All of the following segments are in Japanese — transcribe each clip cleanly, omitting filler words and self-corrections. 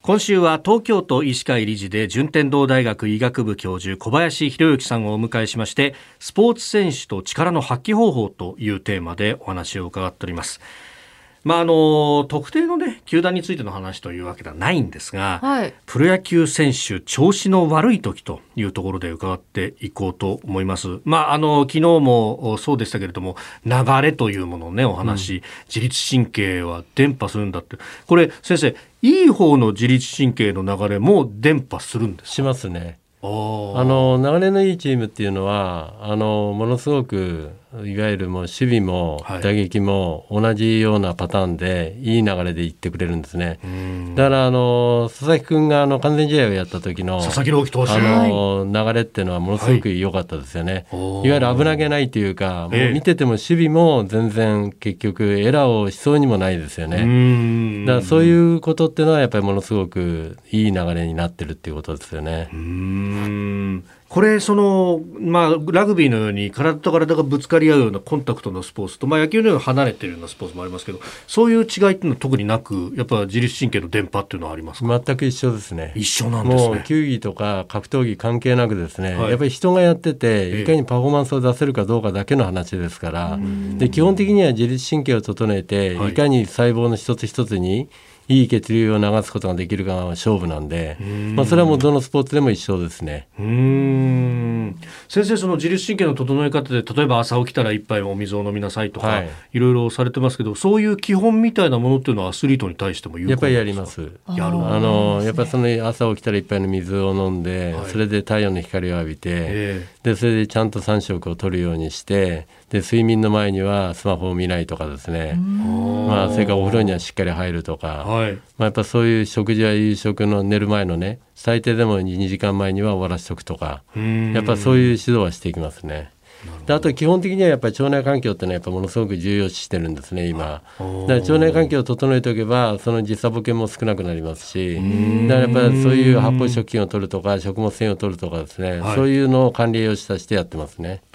今週は東京都医師会理事で順天堂大学医学部教授小林博之さんをお迎えしまして、スポーツ選手と力の発揮方法というテーマでお話を伺っております。特定のね球団についての話というわけではないんですが、はい、プロ野球選手調子の悪い時というところで伺っていこうと思います。昨日もそうでしたけれども、流れというものをねお話、自律神経は伝播するんだって、これ先生、いい方の自律神経の流れも伝播するんですか？ しますね。流れのいいチームっていうのはものすごくいわゆるもう守備も打撃も同じようなパターンでいい流れでいってくれるんですね。だから佐々木君が完全試合をやった時の佐々木朗希投手流れっていうのはものすごく良かったですよね。いわゆる危なげないというか、もう見てても守備も全然結局エラーをしそうにもないですよね。だからそういうことっていうのはやっぱりものすごくいい流れになってるっていうことですよね。 これラグビーのように体と体がぶつかり合うようなコンタクトのスポーツと、野球のように離れているようなスポーツもありますけど、そういう違いっていうのは特になく、やっぱ自律神経の伝播っていうのはありますか？ 全く一緒ですね。 一緒なんですね。 もう球技とか格闘技関係なくですね、やっぱり人がやってていかにパフォーマンスを出せるかどうかだけの話ですから、で基本的には自律神経を整えて、いかに細胞の一つ一つにいい血流を流すことができるかが勝負なんで、それはもうどのスポーツでも一緒ですね。 先生、その自律神経の整え方で、例えば朝起きたら一杯お水を飲みなさいとか、いろいろされてますけど、そういう基本みたいなものっていうのはアスリートに対しても有効ですか？ やっぱりやります。やっぱりその朝起きたら一杯の水を飲んで、それで太陽の光を浴びて、でそれでちゃんと3食を取るようにして、で睡眠の前にはスマホを見ないとかですね、それからお風呂にはしっかり入るとか、やっぱそういう食事や夕食の寝る前のね、最低でも2時間前には終わらせておくとか、やっぱそういう指導はしていきますね。であと基本的にはやっぱり腸内環境ってのはやっぱものすごく重要視してるんですね、今。だから腸内環境を整えておけばその時差ボケも少なくなりますし、だからやっぱりそういう発酵食品を取るとか食物繊維を取るとかですね、そういうのを管理栄養士としてやってますね。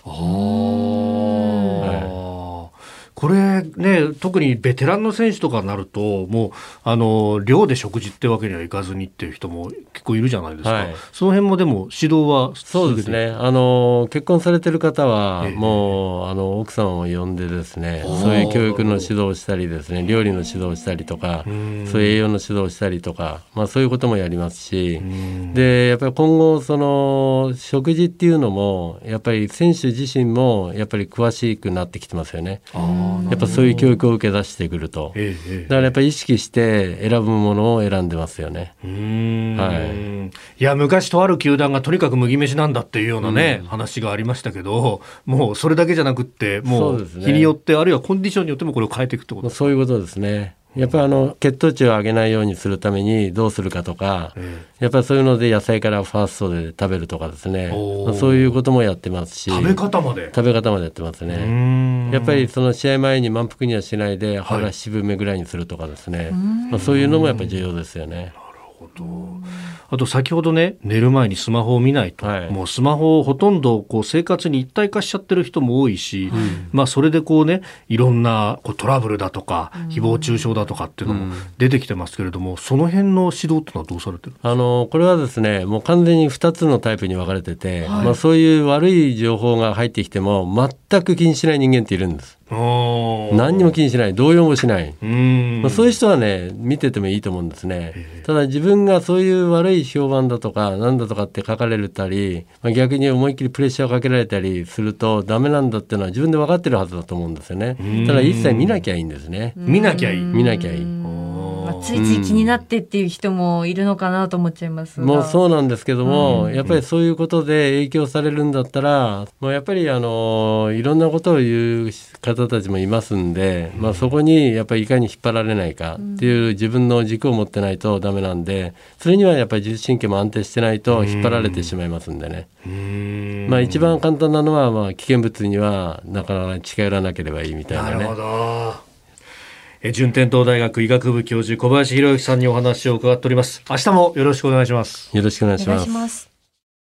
これね、特にベテランの選手とかになると、もう寮で食事ってわけにはいかずにっていう人も結構いるじゃないですか。その辺もでも指導はそうですね。結婚されてる方はもう奥様を呼んでですね、そういう教育の指導をしたりですね、料理の指導をしたりとか、そういう栄養の指導をしたりとか、そういうこともやりますし、でやっぱり今後その食事っていうのもやっぱり選手自身もやっぱり詳しくなってきてますよね。やっぱそういう教育を受け出してくると、だからやっぱり意識して選ぶものを選んでますよね。 いや昔とある球団がとにかく麦飯なんだっていうようなね、話がありましたけど、もうそれだけじゃなくって、もう日によって、あるいはコンディションによってもこれを変えていくってことですか？ そういうことですね。やっぱり血糖値を上げないようにするためにどうするかとか、やっぱりそういうので野菜からファーストで食べるとかですね、そういうこともやってますし、 食べ方までやってますね。やっぱりその試合前に満腹にはしないで腹7分目ぐらいにするとかですね、そういうのもやっぱり重要ですよね。 なるほど。あと先ほどね、寝る前にスマホを見ないと、もうスマホをほとんど生活に一体化しちゃってる人も多いし、それでいろんなトラブルだとか誹謗中傷だとかっていうのも出てきてますけれども、その辺の指導ってのはどうされてるんですか？ これはですね、もう完全に2つのタイプに分かれてて、そういう悪い情報が入ってきても全く気にしない人間っているんです。何にも気にしない、動揺もしない。そういう人はね、見ててもいいと思うんですね。ただ自分がそういう悪い評判だとかなんだとかって書かれたり、逆に思いっきりプレッシャーをかけられたりするとダメなんだっていうのは自分で分かってるはずだと思うんですよね。ただ一切見なきゃいいんですね。 見なきゃいい。 ついつい気になってっていう人もいるのかなと思っちゃいますが、 もうそうなんですけども、やっぱりそういうことで影響されるんだったら、もうやっぱりいろんなことを言う方たちもいますんで、そこにやっぱりいかに引っ張られないかっていう自分の軸を持ってないとダメなんで、それにはやっぱり自律神経も安定してないと引っ張られてしまいますんでね。一番簡単なのは、危険物にはなかなか近寄らなければいいみたいなね。 なるほど。順天堂大学医学部教授小林博之さんにお話を伺っております。明日もよろしくお願いします。 よろしくお願いします。